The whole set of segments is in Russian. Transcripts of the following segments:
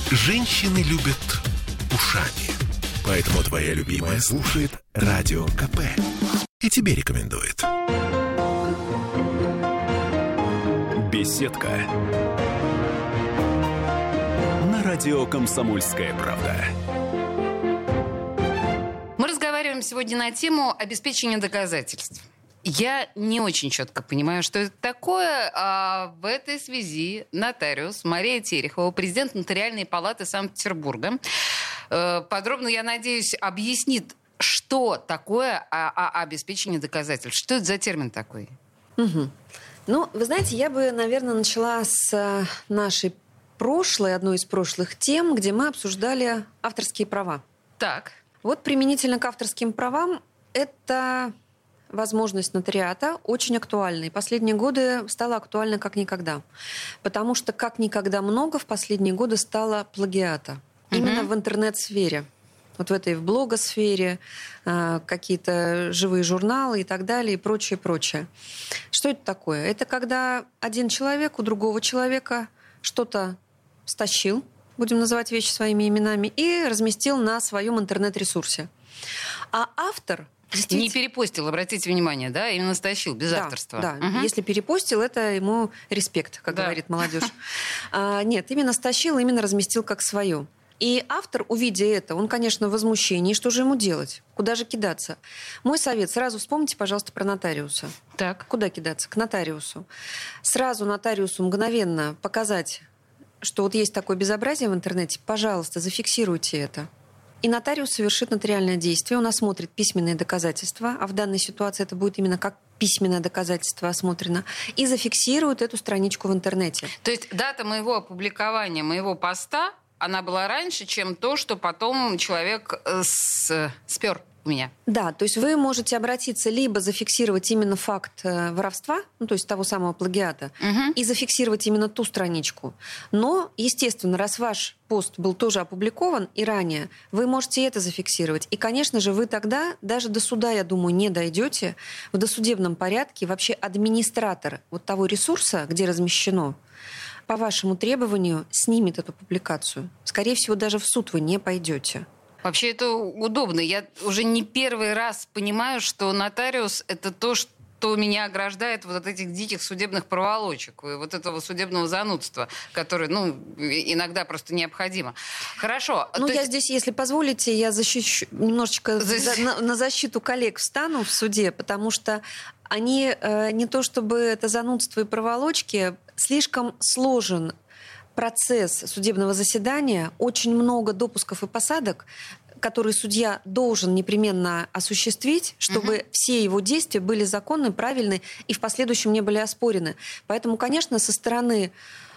Женщины любят ушами. Поэтому твоя любимая слушает Радио КП. И тебе рекомендует. Беседка. На радио «Комсомольская правда». Мы разговариваем сегодня на тему обеспечения доказательств. Я не очень четко понимаю, что это такое. А в этой связи нотариус Мария Терехова, президент Нотариальной палаты Санкт-Петербурга, подробно, я надеюсь, объяснит, что такое обеспечение доказательств. Что это за термин такой? Угу. Ну, вы знаете, я бы, наверное, начала с нашей одной из прошлых тем, где мы обсуждали авторские права. Так. Вот применительно к авторским правам это возможность нотариата очень актуальна. И последние годы стала актуальна как никогда. Потому что как никогда много в последние годы стало плагиата. Именно в интернет-сфере. Вот в этой в блогосфере, какие-то живые журналы и так далее, и прочее, прочее. Что это такое? Это когда один человек у другого человека что-то стащил, будем называть вещи своими именами, и разместил на своем интернет-ресурсе. А автор... Не перепостил, обратите внимание, да? Именно стащил, без авторства. Да, если перепостил, это ему респект, как говорит молодежь. Нет, именно стащил, именно разместил как свое. И автор, увидя это, он, конечно, в возмущении. Что же ему делать? Куда же кидаться? Мой совет: сразу вспомните, пожалуйста, про нотариуса. Так. Куда кидаться? К нотариусу. Сразу нотариусу мгновенно показать, что вот есть такое безобразие в интернете. Пожалуйста, зафиксируйте это. И нотариус совершит нотариальное действие, он осмотрит письменные доказательства, а в данной ситуации это будет именно как письменное доказательство осмотрено, и зафиксирует эту страничку в интернете. То есть дата моего опубликования, моего поста, она была раньше, чем то, что потом человек спер у меня. Да, то есть вы можете обратиться, либо зафиксировать именно факт воровства, ну, то есть того самого плагиата, и зафиксировать именно ту страничку. Но, естественно, раз ваш пост был тоже опубликован и ранее, вы можете это зафиксировать. И, конечно же, вы тогда даже до суда, я думаю, не дойдете. В досудебном порядке вообще администратор вот того ресурса, где размещено, по вашему требованию снимет эту публикацию. Скорее всего, даже в суд вы не пойдете. Вообще это удобно. Я уже не первый раз понимаю, что нотариус — это то, что меня ограждает вот от этих диких судебных проволочек, и вот этого судебного занудства, которое, иногда просто необходимо. Хорошо. Я здесь, если позволите, я защищу немножечко на защиту коллег встану в суде, потому что они не то чтобы это занудство и проволочки, слишком сложен процесс судебного заседания, очень много допусков и посадок, которые судья должен непременно осуществить, чтобы все его действия были законны, правильны и в последующем не были оспорены. Поэтому, конечно, со стороны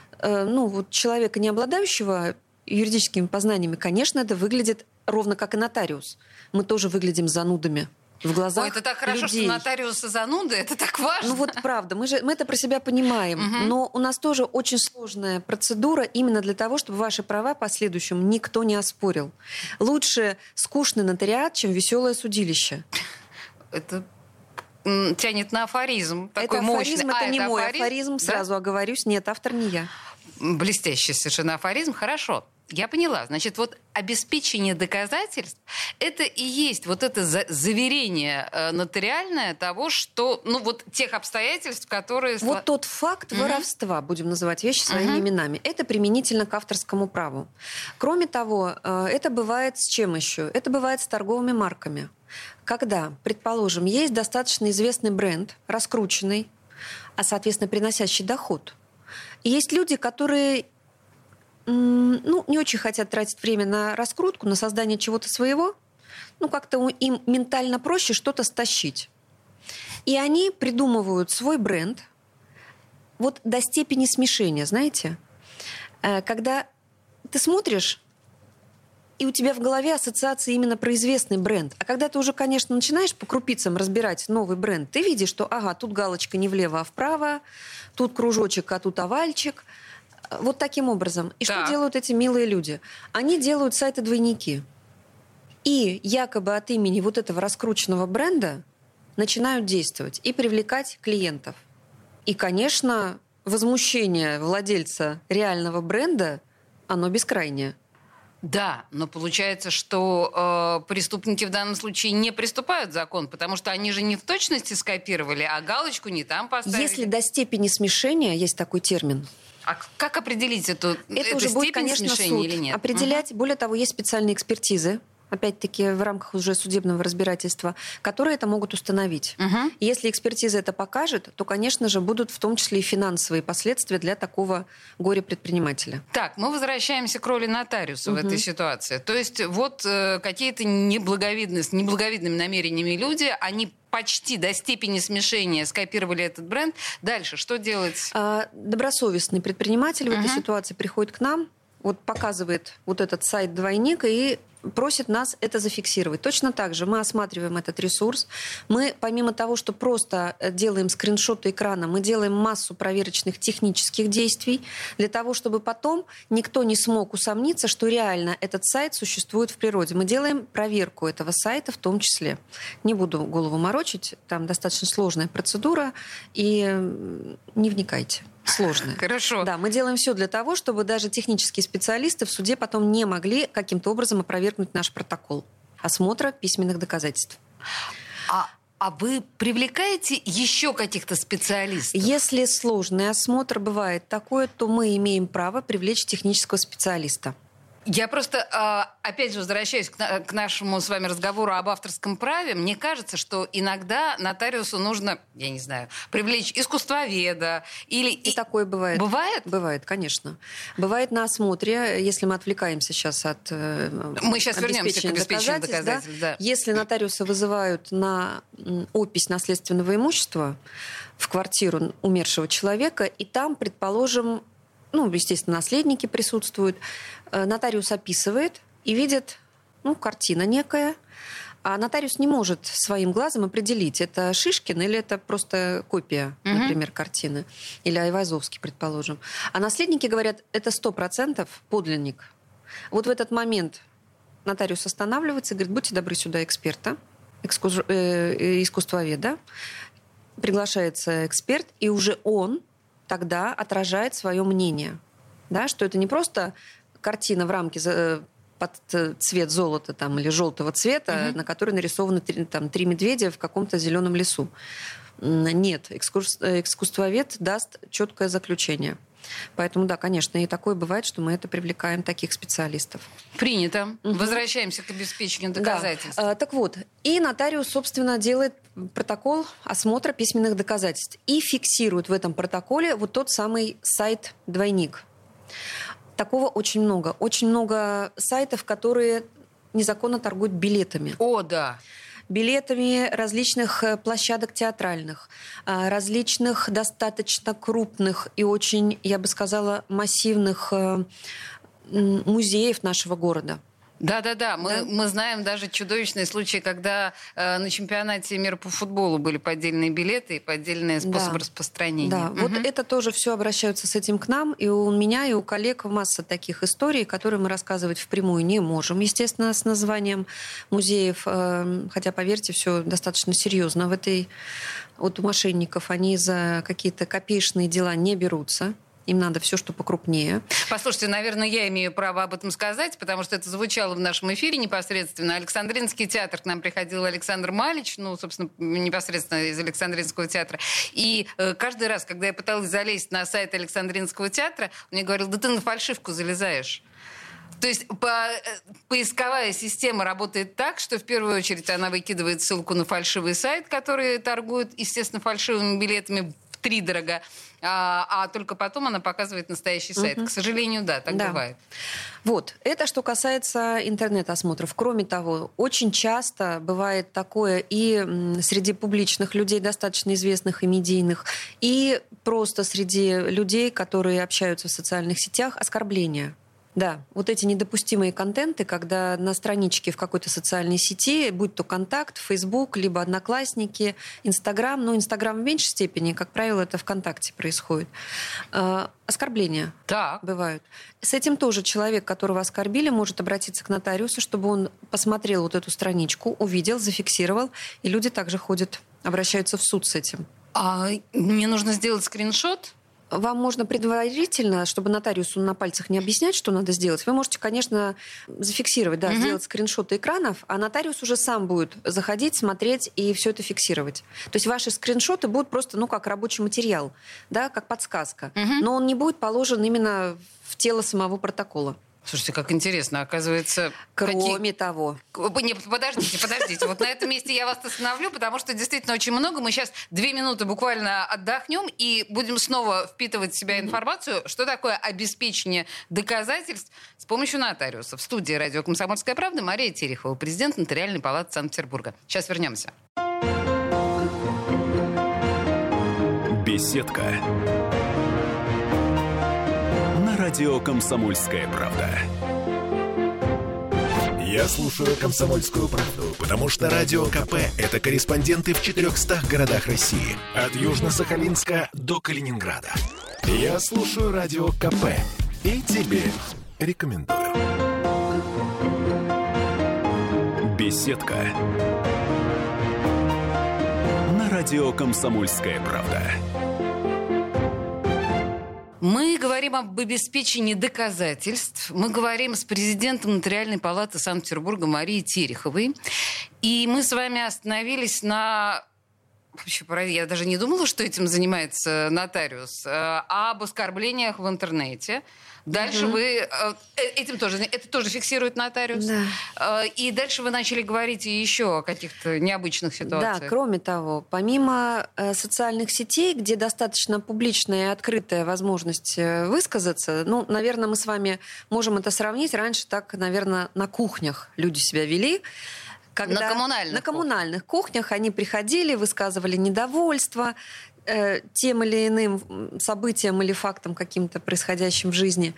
человека, не обладающего юридическими познаниями, конечно, это выглядит ровно как и нотариус. Мы тоже выглядим занудами в глазах людей. Это так хорошо, что нотариусы зануды, это так важно. Правда, мы это про себя понимаем, но у нас тоже очень сложная процедура именно для того, чтобы ваши права в последующем никто не оспорил. Лучше скучный нотариат, чем веселое судилище. Это тянет на афоризм. Такой это афоризм, мощный. Это не мой афоризм, сразу оговорюсь. Нет, автор не я. Блестящий совершенно афоризм. Хорошо. Я поняла. Значит, вот обеспечение доказательств — это и есть вот это заверение нотариальное того, что, тех обстоятельств, которые... Вот тот факт воровства, будем называть вещи своими именами, это применительно к авторскому праву. Кроме того, это бывает с чем еще? Это бывает с торговыми марками. Когда, предположим, есть достаточно известный бренд, раскрученный, а, соответственно, приносящий доход. И есть люди, которые не очень хотят тратить время на раскрутку, на создание чего-то своего. Как-то им ментально проще что-то стащить. И они придумывают свой бренд вот до степени смешения, знаете. Когда ты смотришь, и у тебя в голове ассоциации именно про известный бренд. А когда ты уже, конечно, начинаешь по крупицам разбирать новый бренд, ты видишь, что, тут галочка не влево, а вправо, тут кружочек, а тут овальчик. Вот таким образом. И что делают эти милые люди? Они делают сайты-двойники. И якобы от имени вот этого раскрученного бренда начинают действовать и привлекать клиентов. И, конечно, возмущение владельца реального бренда, оно бескрайнее. Да, но получается, что преступники в данном случае не приступают закон, потому что они же не в точности скопировали, а галочку не там поставили. Если до степени смешения, есть такой термин. А как определить эту Это уже будет, конечно, смешения суд или нет? определять. Более того, есть специальные экспертизы, опять-таки в рамках уже судебного разбирательства, которые это могут установить. И если экспертиза это покажет, то, конечно же, будут в том числе и финансовые последствия для такого горе-предпринимателя. Так, мы возвращаемся к роли нотариуса в этой ситуации. То есть вот какие-то с неблаговидными намерениями люди, они почти до степени смешения скопировали этот бренд. Дальше что делать? Добросовестный предприниматель в этой ситуации приходит к нам, вот показывает вот этот сайт «Двойник» и просит нас это зафиксировать. Точно так же мы осматриваем этот ресурс. Мы, помимо того, что просто делаем скриншоты экрана, мы делаем массу проверочных технических действий для того, чтобы потом никто не смог усомниться, что реально этот сайт существует в природе. Мы делаем проверку этого сайта в том числе. Не буду голову морочить, там достаточно сложная процедура, и не вникайте. Сложная. Хорошо. Да, мы делаем все для того, чтобы даже технические специалисты в суде потом не могли каким-то образом опровергнуть наш протокол осмотра письменных доказательств. А вы привлекаете еще каких-то специалистов? Если сложный осмотр бывает такое, то мы имеем право привлечь технического специалиста. Я просто, опять же, возвращаюсь к нашему с вами разговору об авторском праве. Мне кажется, что иногда нотариусу нужно, я не знаю, привлечь искусствоведа или... И такое бывает. Бывает? Бывает, конечно. Бывает на осмотре, если мы отвлекаемся сейчас от мы сейчас вернемся к обеспечению доказательств. Да. Если нотариуса вызывают на опись наследственного имущества в квартиру умершего человека, и там, предположим, естественно, наследники присутствуют. Нотариус описывает и видит, картина некая. А нотариус не может своим глазом определить, это Шишкин или это просто копия, например, картины. Или Айвазовский, предположим. А наследники говорят, это 100% подлинник. Вот в этот момент нотариус останавливается и говорит, будьте добры, сюда эксперта, искусствоведа. Приглашается эксперт, и уже он тогда отражает свое мнение. Да, что это не просто картина в рамке под цвет золота или желтого цвета, на которой нарисованы 3 медведя в каком-то зеленом лесу. Нет, искусствовед даст четкое заключение. Поэтому, да, конечно, и такое бывает, что мы это привлекаем таких специалистов. Принято. Возвращаемся к обеспечению доказательств. Да. Так вот, и нотариус, собственно, делает протокол осмотра письменных доказательств и фиксирует в этом протоколе вот тот самый сайт «Двойник». Такого очень много. Очень много сайтов, которые незаконно торгуют билетами. О, да. Билетами различных площадок театральных, различных достаточно крупных и очень, я бы сказала, массивных музеев нашего города. Да. Мы знаем даже чудовищные случаи, когда на чемпионате мира по футболу были поддельные билеты и поддельные способы распространения. Да, вот это тоже все обращаются с этим к нам. И у меня, и у коллег масса таких историй, которые мы рассказывать впрямую не можем. Естественно, с названием музеев. Хотя, поверьте, все достаточно серьезно. Вот у мошенников они за какие-то копеечные дела не берутся. Им надо все, что покрупнее. Послушайте, наверное, я имею право об этом сказать, потому что это звучало в нашем эфире непосредственно. Александринский театр, к нам приходил Александр Малич, собственно, непосредственно из Александринского театра. И каждый раз, когда я пыталась залезть на сайт Александринского театра, он мне говорил, да ты на фальшивку залезаешь. То есть поисковая система работает так, что в первую очередь она выкидывает ссылку на фальшивый сайт, который торгует, естественно, фальшивыми билетами втридорога, а только потом она показывает настоящий сайт. К сожалению, да, так бывает. Вот, это что касается интернет-осмотров. Кроме того, очень часто бывает такое и среди публичных людей, достаточно известных и медийных, и просто среди людей, которые общаются в социальных сетях, оскорбления. Да, вот эти недопустимые контенты, когда на страничке в какой-то социальной сети, будь то Контакт, Фейсбук, либо Одноклассники, Инстаграм, Инстаграм в меньшей степени, как правило, это ВКонтакте происходит. Оскорбления бывают. С этим тоже человек, которого оскорбили, может обратиться к нотариусу, чтобы он посмотрел вот эту страничку, увидел, зафиксировал, и люди также обращаются в суд с этим. А мне нужно сделать скриншот? вам можно предварительно, чтобы нотариусу на пальцах не объяснять, что надо сделать, вы можете, конечно, зафиксировать, да, сделать скриншоты экранов, а нотариус уже сам будет заходить, смотреть и все это фиксировать. То есть ваши скриншоты будут просто, как рабочий материал, да, как подсказка. Но он не будет положен именно в тело самого протокола. Слушайте, как интересно, оказывается... Кроме того... Нет, подождите. Вот на этом месте я вас остановлю, потому что действительно очень много. Мы сейчас 2 минуты буквально отдохнем и будем снова впитывать в себя информацию, что такое обеспечение доказательств с помощью нотариуса. В студии радио «Комсомольская правда» Мария Терехова, президент Нотариальной палаты Санкт-Петербурга. Сейчас вернемся. Беседка. На радио «Комсомольская правда». Я слушаю «Комсомольскую правду», потому что Радио КП – это корреспонденты в 400 городах России. От Южно-Сахалинска до Калининграда. Я слушаю Радио КП и тебе рекомендую. Беседка. На радио «Комсомольская правда». Мы говорим об обеспечении доказательств. Мы говорим с президентом Нотариальной палаты Санкт-Петербурга Марией Тереховой. И мы с вами остановились на... Вообще, я даже не думала, что этим занимается нотариус. Об оскорблениях в интернете. Дальше вы... Это тоже фиксирует нотариус. Да. И дальше вы начали говорить еще о каких-то необычных ситуациях. Да, кроме того, помимо социальных сетей, где достаточно публичная и открытая возможность высказаться, наверное, мы с вами можем это сравнить. Раньше так, наверное, на кухнях люди себя вели. Когда на коммунальных кухнях они приходили, высказывали недовольство тем или иным событием или фактом каким-то происходящим в жизни.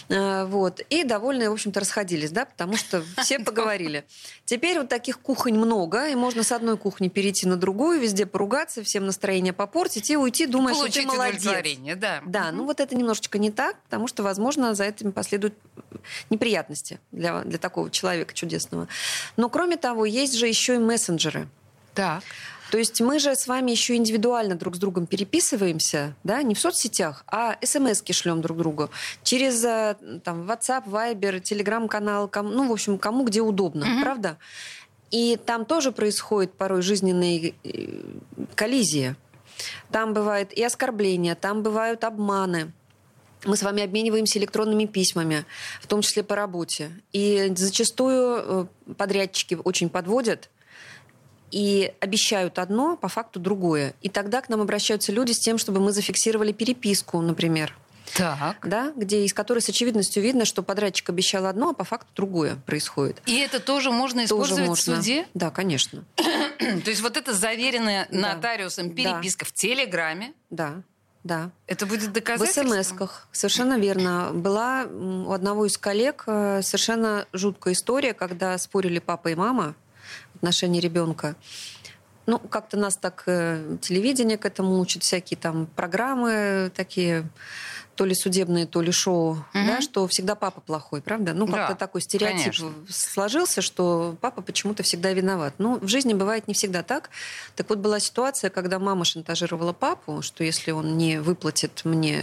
И довольные, в общем-то, расходились, да, потому что все поговорили. Теперь вот таких кухонь много, и можно с одной кухни перейти на другую, везде поругаться, всем настроение попортить и уйти, думая, что ты молодец. Удовлетворение, да. Да, вот это немножечко не так, потому что, возможно, за этим последуют неприятности для такого человека чудесного. Но, кроме того, есть же еще и мессенджеры. Так. То есть мы же с вами еще индивидуально друг с другом переписываемся, да, не в соцсетях, а смс-ки шлем друг другу через WhatsApp, Viber, Telegram-канал, кому где удобно, правда? И там тоже происходят порой жизненные коллизии. Там бывают и оскорбления, там бывают обманы. Мы с вами обмениваемся электронными письмами, в том числе по работе. И зачастую подрядчики очень подводят и обещают одно, по факту другое. И тогда к нам обращаются люди с тем, чтобы мы зафиксировали переписку, например. Так. Да, из которой с очевидностью видно, что подрядчик обещал одно, а по факту другое происходит. И это тоже можно использовать в суде? Да, конечно. То есть вот это заверенная нотариусом переписка в Телеграме? Да. Это будет доказательством? В смс-ках. Совершенно верно. Была у одного из коллег совершенно жуткая история, когда спорили папа и мама в отношении ребенка. Как-то нас так телевидение к этому учит, всякие там программы такие, то ли судебные, то ли шоу, да, что всегда папа плохой, правда? Как-то такой стереотип сложился, что папа почему-то всегда виноват. В жизни бывает не всегда так. Так вот, была ситуация, когда мама шантажировала папу, что если он не выплатит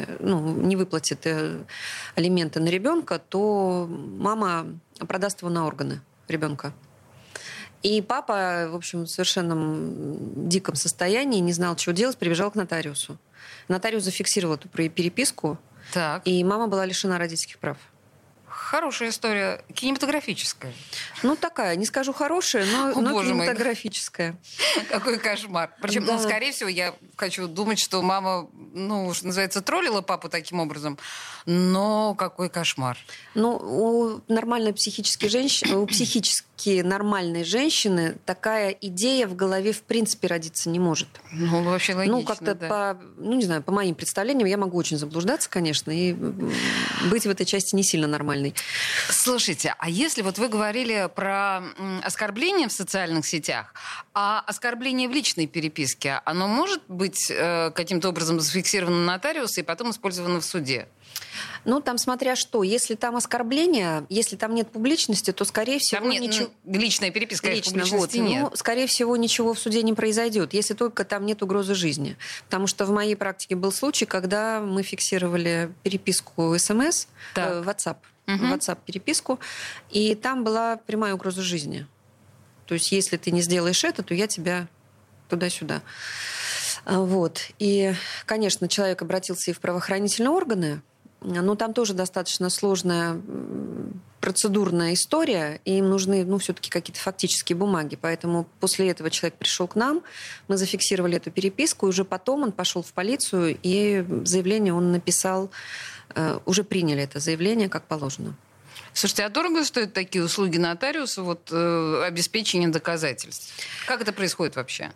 алименты на ребенка, то мама продаст его на органы ребенка. И папа, в общем, в совершенном диком состоянии, не знал, что делать, прибежал к нотариусу. Нотариус зафиксировал эту переписку, и мама была лишена родительских прав. Хорошая история, кинематографическая. Такая, не скажу хорошая, но кинематографическая. Какой кошмар. Причем, скорее всего, я хочу думать, что мама, что называется, троллила папу таким образом. Но какой кошмар. У нормальной психической женщины, у психически нормальной женщины такая идея в голове в принципе родиться не может. Вообще логично, как-то по моим представлениям, я могу очень заблуждаться, конечно, и быть в этой части не сильно нормальной профессиональный. Слушайте, а если вот вы говорили про оскорбление в социальных сетях, а оскорбление в личной переписке, оно может быть каким-то образом зафиксировано на нотариусе и потом использовано в суде? Ну, там смотря что. Если там оскорбление, если там нет публичности, то, скорее всего, там нет, ничего... личная переписка, Лично, публичности вот. нет. Ну, скорее всего, ничего в суде не произойдет, если только там нет угрозы жизни. Потому что в моей практике был случай, когда мы фиксировали переписку СМС, WhatsApp, WhatsApp-переписку, и там была прямая угроза жизни. То есть, если ты не сделаешь это, то я тебя туда-сюда. Вот. И, конечно, человек обратился и в правоохранительные органы, но там тоже достаточно сложная процедурная история, и им нужны, все-таки какие-то фактические бумаги. Поэтому после этого человек пришел к нам, мы зафиксировали эту переписку, и уже потом он пошел в полицию, и заявление он написал, уже приняли это заявление как положено. Слушайте, а дорого стоят такие услуги нотариуса, обеспечение доказательств? Как это происходит вообще?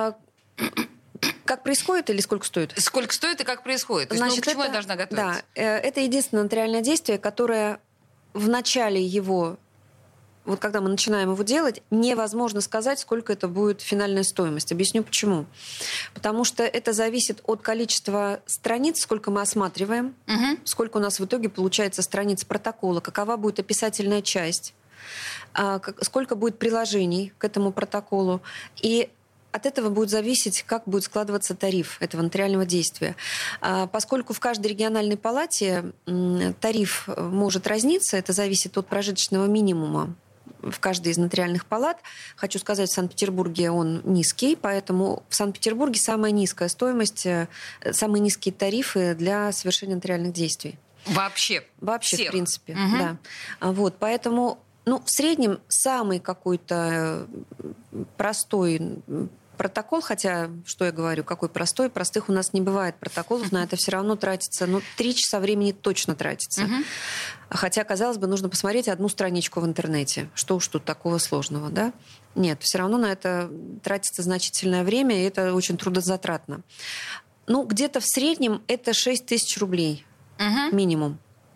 Как происходит или сколько стоит? Сколько стоит и как происходит? То есть, Значит, к чему это, я должна готовиться? Да, это единственное нотариальное действие, которое в начале его, вот когда мы начинаем его делать, невозможно сказать, сколько это будет финальная стоимость. Объясню почему. Потому что это зависит от количества страниц, сколько мы осматриваем, сколько у нас в итоге получается страниц протокола, какова будет описательная часть, сколько будет приложений к этому протоколу. И от этого будет зависеть, как будет складываться тариф этого нотариального действия. Поскольку в каждой региональной палате тариф может разниться, это зависит от прожиточного минимума в каждой из нотариальных палат. Хочу сказать, в Санкт-Петербурге он низкий, поэтому в Санкт-Петербурге самая низкая стоимость, самые низкие тарифы для совершения нотариальных действий. Вообще? Вообще, в принципе, да. Вот, поэтому, в среднем самый какой-то простой протокол, хотя, что я говорю, какой простой, простых у нас не бывает протоколов, на это все равно тратится, 3 часа времени точно тратится. Хотя, казалось бы, нужно посмотреть одну страничку в интернете. Что уж тут такого сложного, да? Нет, все равно на это тратится значительное время, и это очень трудозатратно. Где-то в среднем это 6 тысяч рублей минимум.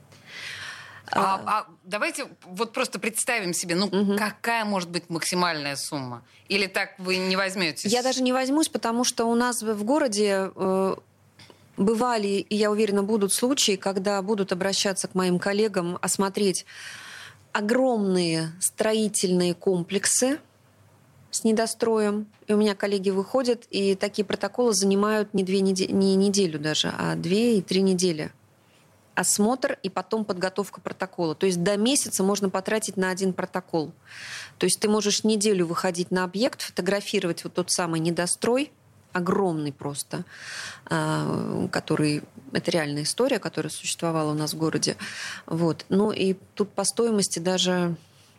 Давайте просто представим себе, какая может быть максимальная сумма? Или так вы не возьметесь? Я даже не возьмусь, потому что у нас в городе бывали, и я уверена, будут случаи, когда будут обращаться к моим коллегам, осмотреть огромные строительные комплексы с недостроем. И у меня коллеги выходят, и такие протоколы занимают не неделю даже, а 2 и 3 недели. Осмотр и потом подготовка протокола. То есть до месяца можно потратить на один протокол. То есть ты можешь неделю выходить на объект, фотографировать тот самый недострой, огромный просто, который... Это реальная история, которая существовала у нас в городе. Вот. И тут по стоимости даже...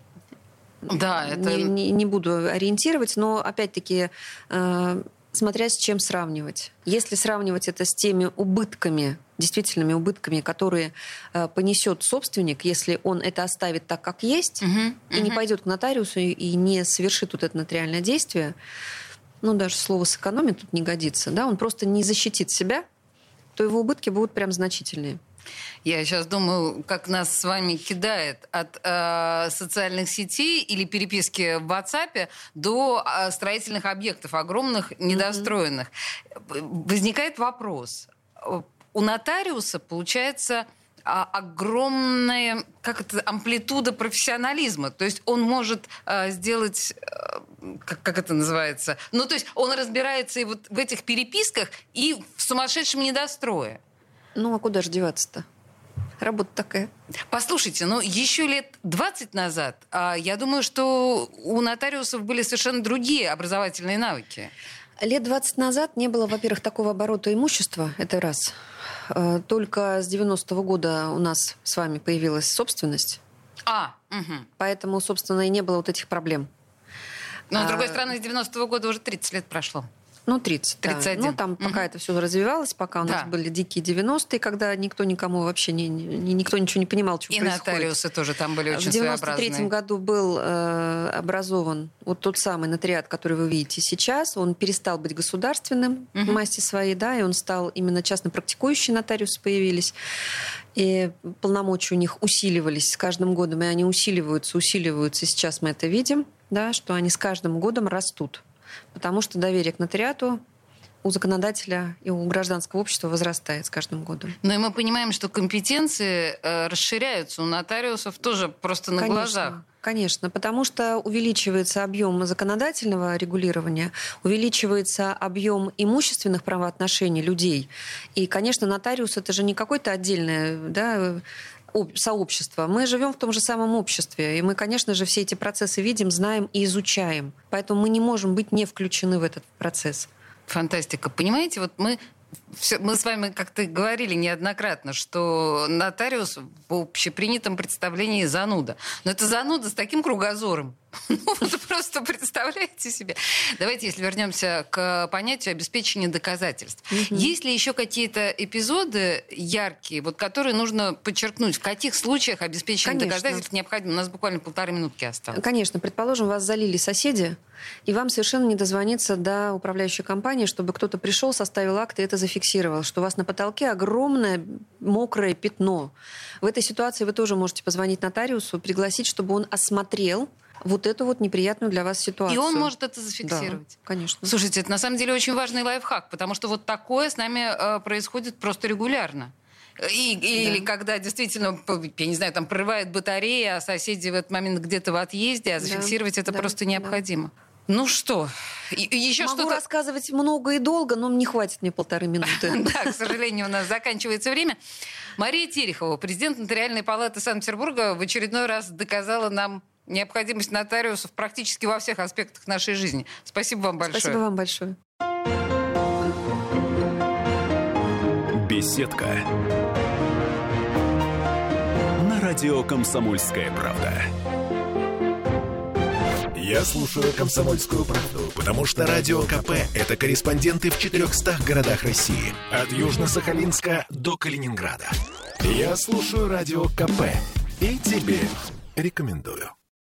Да, это... не буду ориентировать, но опять-таки... смотря с чем сравнивать. Если сравнивать это с теми убытками, действительными убытками, которые понесет собственник, если он это оставит так, как есть, и не пойдет к нотариусу и не совершит это нотариальное действие, даже слово «сэкономит» тут не годится, да, он просто не защитит себя, то его убытки будут прям значительные. Я сейчас думаю, как нас с вами кидает от социальных сетей или переписки в WhatsApp до строительных объектов, огромных, недостроенных. Возникает вопрос. У нотариуса, получается, огромная амплитуда профессионализма. То есть он может сделать... Как это называется? То есть он разбирается и в этих переписках, и в сумасшедшем недострое. А куда же деваться-то? Работа такая. Послушайте, еще лет 20 назад, я думаю, что у нотариусов были совершенно другие образовательные навыки. Лет 20 назад не было, во-первых, такого оборота имущества, это раз. Только с 90-го года у нас с вами появилась собственность. Поэтому, собственно, и не было этих проблем. Но, с другой стороны, с 90-го года уже 30 лет прошло. 30, 31. Да. Там пока это все развивалось, пока у нас были дикие 90-е, когда никто никому вообще никто ничего не понимал, что происходит. И нотариусы тоже там были очень своеобразные. В 93-м году был образован тот самый нотариат, который вы видите сейчас. Он перестал быть государственным в массе своей, да, и он стал именно частно практикующие нотариусы появились. И полномочия у них усиливались с каждым годом, и они усиливаются. Сейчас мы это видим, да, что они с каждым годом растут. Потому что доверие к нотариату у законодателя и у гражданского общества возрастает с каждым годом. Но и мы понимаем, что компетенции расширяются у нотариусов тоже просто на глазах. Конечно, потому что увеличивается объем законодательного регулирования, увеличивается объем имущественных правоотношений людей. И, конечно, нотариус — это же не какое-то отдельное, да, сообщество. Мы живем в том же самом обществе, и мы, конечно же, все эти процессы видим, знаем и изучаем. Поэтому мы не можем быть не включены в этот процесс. Фантастика. Понимаете, вот мы с вами как-то говорили неоднократно, что нотариус в общепринятом представлении зануда. Но это зануда с таким кругозором. Вы просто представляете себе. Давайте, если вернемся к понятию обеспечения доказательств. Есть ли еще какие-то эпизоды яркие, вот, которые нужно подчеркнуть? В каких случаях обеспечение доказательств необходимо? У нас буквально 1,5 минутки осталось. Конечно. Предположим, вас залили соседи, и вам совершенно не дозвониться до управляющей компании, чтобы кто-то пришел, составил акт и это зафиксировал, что у вас на потолке огромное мокрое пятно. В этой ситуации вы тоже можете позвонить нотариусу, пригласить, чтобы он осмотрел вот эту вот неприятную для вас ситуацию. И он может это зафиксировать. Да, конечно. Слушайте, это на самом деле очень важный лайфхак, потому что вот такое с нами происходит просто регулярно. Или когда действительно, я не знаю, там прорывает батарея, а соседи в этот момент где-то в отъезде, а зафиксировать это просто необходимо. Ну что, еще Могу что-то... рассказывать много и долго, но не хватит мне 1,5 минуты. Да, к сожалению, у нас заканчивается время. Мария Терехова, президент Нотариальной палаты Санкт-Петербурга, в очередной раз доказала нам необходимость нотариусов практически во всех аспектах нашей жизни. Спасибо вам большое. Спасибо вам большое. Беседка. На радио «Комсомольская правда». Я слушаю «Комсомольскую правду», потому что Радио КП – это корреспонденты в 400 городах России. От Южно-Сахалинска до Калининграда. Я слушаю Радио КП и тебе рекомендую.